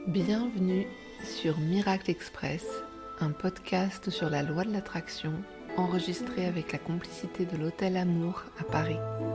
Bienvenue sur Miracle Express, un podcast sur la loi de l'attraction enregistré avec la complicité de l'Hôtel Amour à Paris.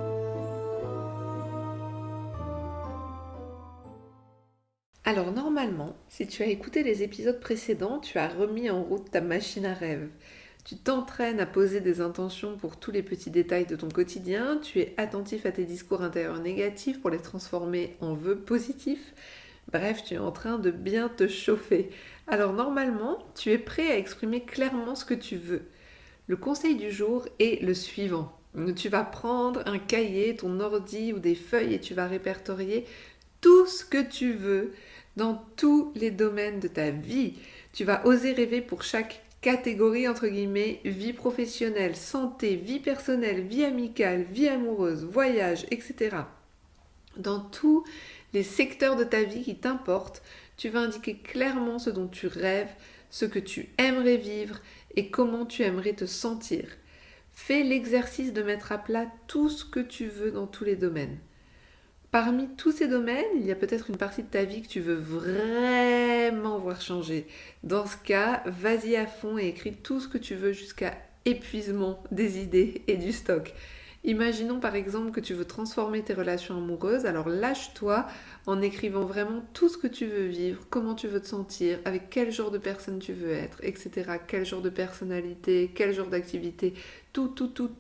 Alors normalement, si tu as écouté les épisodes précédents, tu as remis en route ta machine à rêve. Tu t'entraînes à poser des intentions pour tous les petits détails de ton quotidien, tu es attentif à tes discours intérieurs négatifs pour les transformer en vœux positifs. Bref, tu es en train de bien te chauffer. Alors normalement, tu es prêt à exprimer clairement ce que tu veux. Le conseil du jour est le suivant. Tu vas prendre un cahier, ton ordi ou des feuilles et tu vas répertorier tout ce que tu veux dans tous les domaines de ta vie. Tu vas oser rêver pour chaque catégorie, entre guillemets, vie professionnelle, santé, vie personnelle, vie amicale, vie amoureuse, voyage, etc. Dans tous les secteurs de ta vie qui t'importent, tu vas indiquer clairement ce dont tu rêves, ce que tu aimerais vivre et comment tu aimerais te sentir. Fais l'exercice de mettre à plat tout ce que tu veux dans tous les domaines. Parmi tous ces domaines, il y a peut-être une partie de ta vie que tu veux vraiment voir changer. Dans ce cas, vas-y à fond et écris tout ce que tu veux jusqu'à épuisement des idées et du stock. Imaginons par exemple que tu veux transformer tes relations amoureuses, alors lâche-toi en écrivant vraiment tout ce que tu veux vivre, comment tu veux te sentir, avec quel genre de personne tu veux être, etc. Quel genre de personnalité, quel genre d'activité, tout.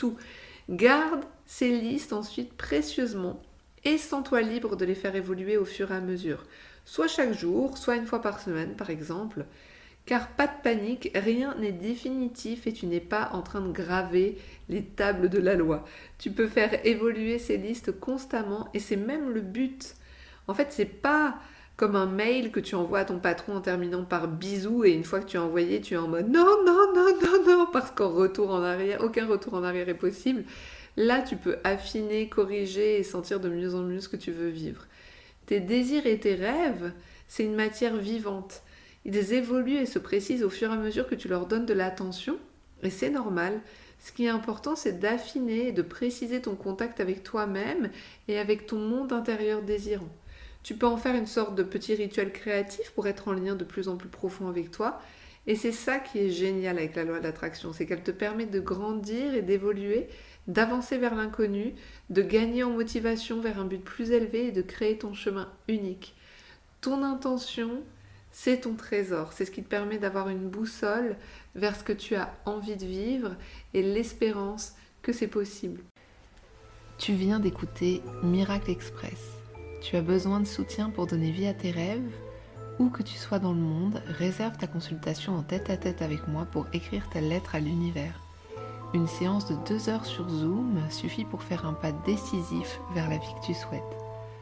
Garde ces listes ensuite précieusement et sens-toi libre de les faire évoluer au fur et à mesure. Soit chaque jour, soit une fois par semaine par exemple. Car pas de panique, rien n'est définitif et tu n'es pas en train de graver les tables de la loi. Tu peux faire évoluer ces listes constamment et c'est même le but. En fait, c'est pas comme un mail que tu envoies à ton patron en terminant par bisous et une fois que tu as envoyé, tu es en mode non, parce qu'en retour en arrière, aucun retour en arrière est possible. Là, tu peux affiner, corriger et sentir de mieux en mieux ce que tu veux vivre. Tes désirs et tes rêves, c'est une matière vivante. Ils évoluent et se précisent au fur et à mesure que tu leur donnes de l'attention, et c'est normal. Ce qui est important, c'est d'affiner et de préciser ton contact avec toi-même et avec ton monde intérieur désirant. Tu peux en faire une sorte de petit rituel créatif pour être en lien de plus en plus profond avec toi, et c'est ça qui est génial avec la loi de l'attraction, c'est qu'elle te permet de grandir et d'évoluer, d'avancer vers l'inconnu, de gagner en motivation vers un but plus élevé et de créer ton chemin unique. Ton intention, c'est ton trésor, c'est ce qui te permet d'avoir une boussole vers ce que tu as envie de vivre et l'espérance que c'est possible. Tu viens d'écouter Miracle Express. Tu as besoin de soutien pour donner vie à tes rêves? Où que tu sois dans le monde, réserve ta consultation en tête-à-tête avec moi pour écrire ta lettre à l'univers. Une séance de 2 heures sur Zoom suffit pour faire un pas décisif vers la vie que tu souhaites.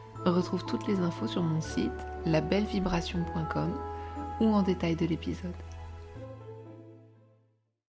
Retrouve toutes les infos sur mon site labellevibration.com ou en détail de l'épisode.